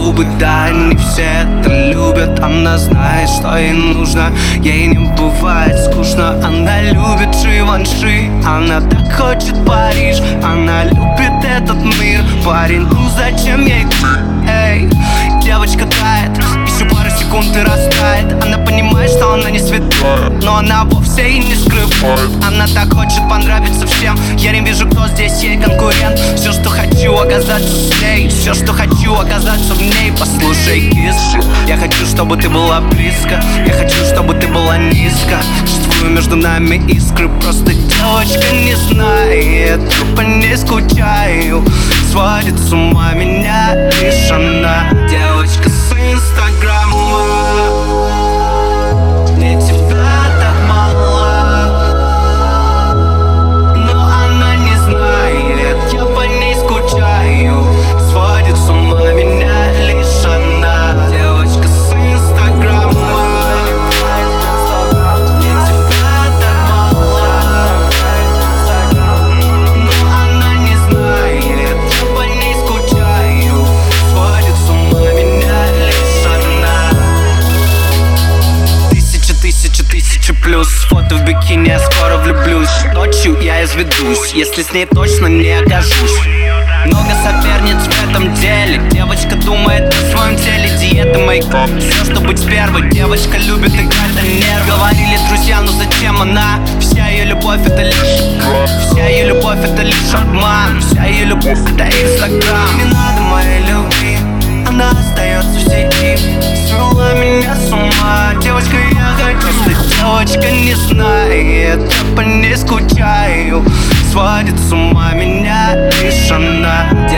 губы, да, не все это любят. Она знает, что ей нужно, ей не бывает скучно. Она любит Живанши, она так хочет Париж. Она любит этот мир, парень, ну зачем ей ты? Эй, девочка тает, еще пару секунд и растает. Она понимает, что она не святой, но она вовсе и не скрывает. Она так хочет понравиться всем, я не вижу, кто здесь ей конкурент. Все, что хочу, оказаться с ней, все, что хочу, оказаться в ней. Послушай, кис, я хочу, чтобы ты была близко, я хочу, чтобы ты была низко. Чувствую между нами искры, просто девочка не знает, по ней скучаю. Сводит с ума меня лишь она, девочка с Инстаграма. Мне тебя так мало, но она не знает, я по ней скучаю. Сводит с ума меня лишь она, девочка с Инстаграма. Мне тебя так мало, но она не знает, я по ней скучаю. Сводит с ума меня лишь одна. Тысяча плюс фото в бикини, я скоро влюблюсь. Ночью я изведусь, если с ней точно не окажусь. Много соперниц в этом деле, девочка думает о своем теле. Диета, мейкап, все, что быть первой. Девочка любит играть на нервы. Говорили друзья, но зачем она? Вся ее любовь это лишь игра, вся ее любовь это лишь обман, вся ее любовь это Инстаграм. Не надо моей любви, она остается в сети. Свела меня с ума, девочка, я хочу. Просто девочка не знает, я по ней скучаю. Сводит с ума меня лишь она.